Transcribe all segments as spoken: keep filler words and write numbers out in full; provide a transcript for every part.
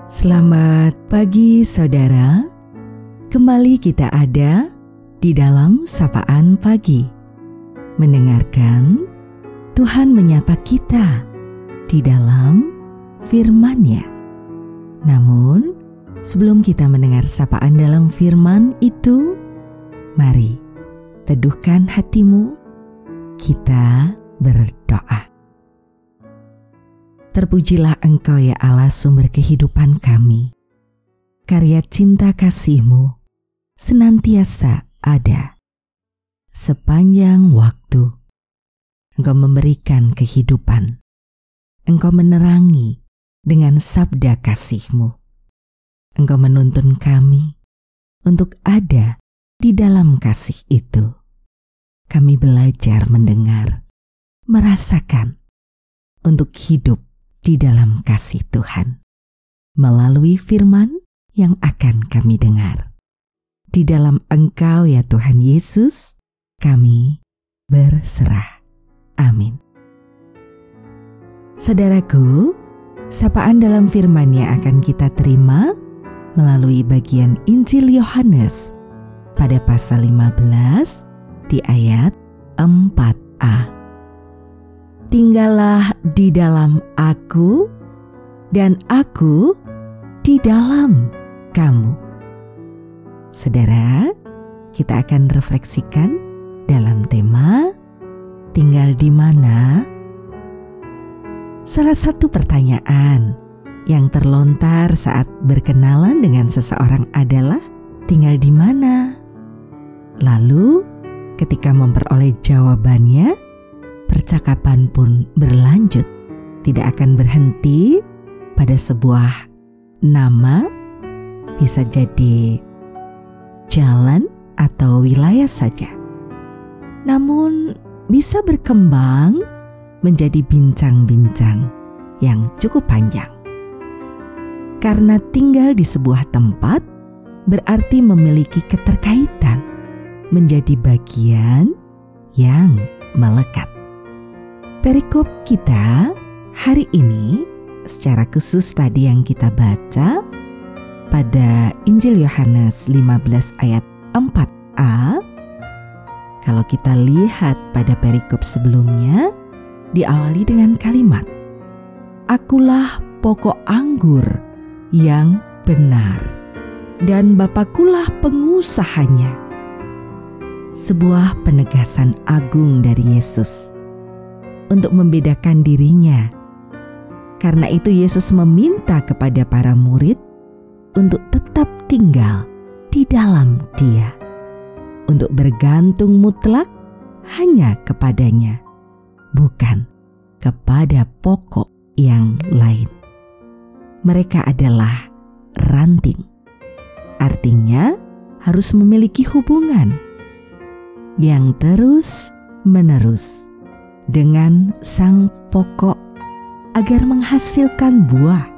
Selamat pagi saudara, kembali kita ada di dalam Sapaan Pagi, mendengarkan Tuhan menyapa kita di dalam firman-Nya. Namun, sebelum kita mendengar sapaan dalam firman itu, mari teduhkan hatimu, kita berdoa. Terpujilah Engkau ya Allah, sumber kehidupan kami. Karya cinta kasih-Mu senantiasa ada. Sepanjang waktu, Engkau memberikan kehidupan. Engkau menerangi dengan sabda kasih-Mu. Engkau menuntun kami untuk ada di dalam kasih itu. Kami belajar mendengar, merasakan untuk hidup di dalam kasih Tuhan, melalui firman yang akan kami dengar. Di dalam Engkau ya Tuhan Yesus, kami berserah. Amin. Saudaraku, sapaan dalam firman-Nya akan kita terima melalui bagian Injil Yohanes pada pasal lima belas di ayat empat a. Tinggallah di dalam aku, dan aku di dalam kamu. Saudara, kita akan refleksikan dalam tema tinggal di mana. Salah satu pertanyaan yang terlontar saat berkenalan dengan seseorang adalah tinggal di mana? Lalu, ketika memperoleh jawabannya, percakapan pun berlanjut, tidak akan berhenti pada sebuah nama, bisa jadi jalan atau wilayah saja. Namun bisa berkembang menjadi bincang-bincang yang cukup panjang. Karena tinggal di sebuah tempat berarti memiliki keterkaitan, menjadi bagian yang melekat. Perikop kita hari ini secara khusus tadi yang kita baca pada Injil Yohanes lima belas ayat empat a. Kalau kita lihat pada perikop sebelumnya, diawali dengan kalimat, "Akulah pokok anggur yang benar, dan Bapakulah pengusahanya." Sebuah penegasan agung dari Yesus untuk membedakan dirinya. Karena itu Yesus meminta kepada para murid untuk tetap tinggal di dalam Dia, untuk bergantung mutlak hanya kepadanya, bukan kepada pokok yang lain. Mereka adalah ranting, artinya harus memiliki hubungan yang terus-menerus dengan sang pokok agar menghasilkan buah.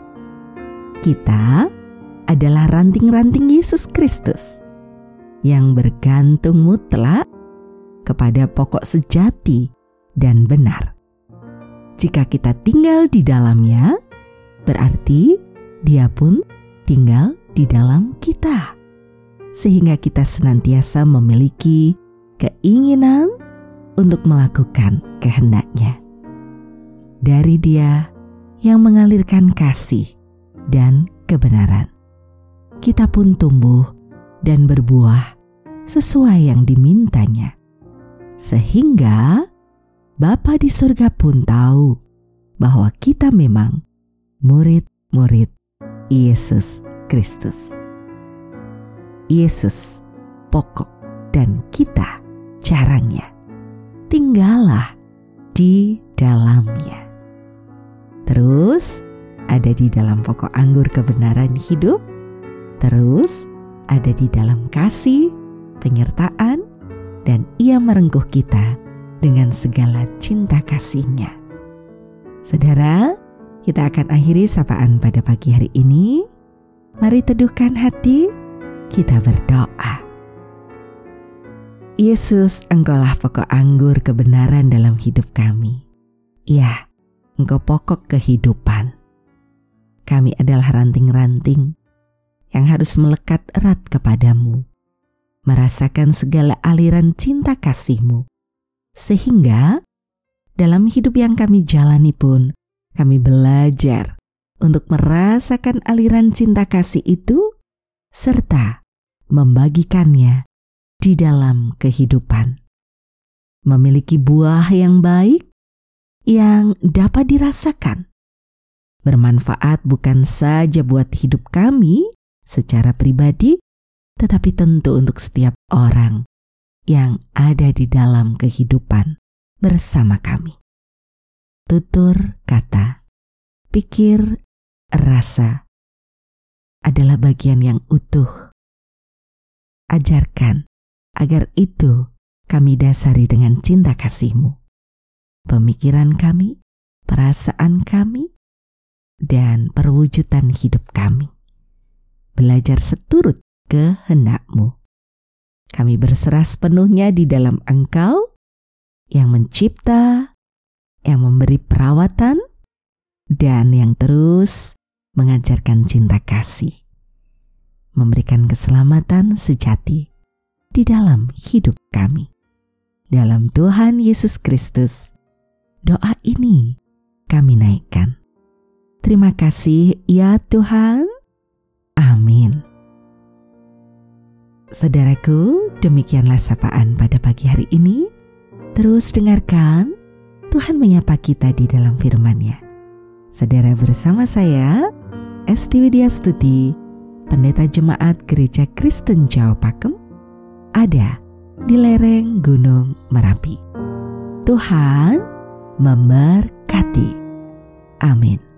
Kita adalah ranting-ranting Yesus Kristus yang bergantung mutlak kepada pokok sejati dan benar. Jika kita tinggal di dalamnya, berarti Dia pun tinggal di dalam kita, sehingga kita senantiasa memiliki keinginan untuk melakukan kehendak-Nya. Dari Dia yang mengalirkan kasih dan kebenaran, kita pun tumbuh dan berbuah sesuai yang dimintanya. Sehingga Bapa di surga pun tahu bahwa kita memang murid-murid Yesus Kristus. Yesus pokok dan kita carangnya. Tinggallah di dalamnya. Terus ada di dalam pokok anggur kebenaran hidup. Terus ada di dalam kasih, penyertaan, dan Ia merengkuh kita dengan segala cinta kasih-Nya. Saudara, kita akan akhiri sapaan pada pagi hari ini. Mari teduhkan hati, kita berdoa. Yesus, Engkaulah pokok anggur kebenaran dalam hidup kami. Ya, Engkau pokok kehidupan. Kami adalah ranting-ranting yang harus melekat erat kepadamu, merasakan segala aliran cinta kasih-Mu, sehingga dalam hidup yang kami jalani pun kami belajar untuk merasakan aliran cinta kasih itu serta membagikannya di dalam kehidupan. Memiliki buah yang baik yang dapat dirasakan, bermanfaat bukan saja buat hidup kami secara pribadi, tetapi tentu untuk setiap orang yang ada di dalam kehidupan bersama kami. Tutur kata, pikir, rasa adalah bagian yang utuh. Ajarkan agar itu kami dasari dengan cinta kasih-Mu. Pemikiran kami, perasaan kami, dan perwujudan hidup kami. Belajar seturut kehendak-Mu. Kami berserah sepenuhnya di dalam Engkau yang mencipta, yang memberi perawatan, dan yang terus mengajarkan cinta kasih, memberikan keselamatan sejati di dalam hidup kami. Dalam Tuhan Yesus Kristus, doa ini kami naikkan. Terima kasih ya Tuhan. Amin. Saudaraku, demikianlah sapaan pada pagi hari ini. Terus dengarkan Tuhan menyapa kita di dalam firman-Nya. Saudara, bersama saya Esti Widyastuti, Pendeta Jemaat Gereja Kristen Jawa Pakem, ada di lereng Gunung Merapi. Tuhan memberkati. Amin.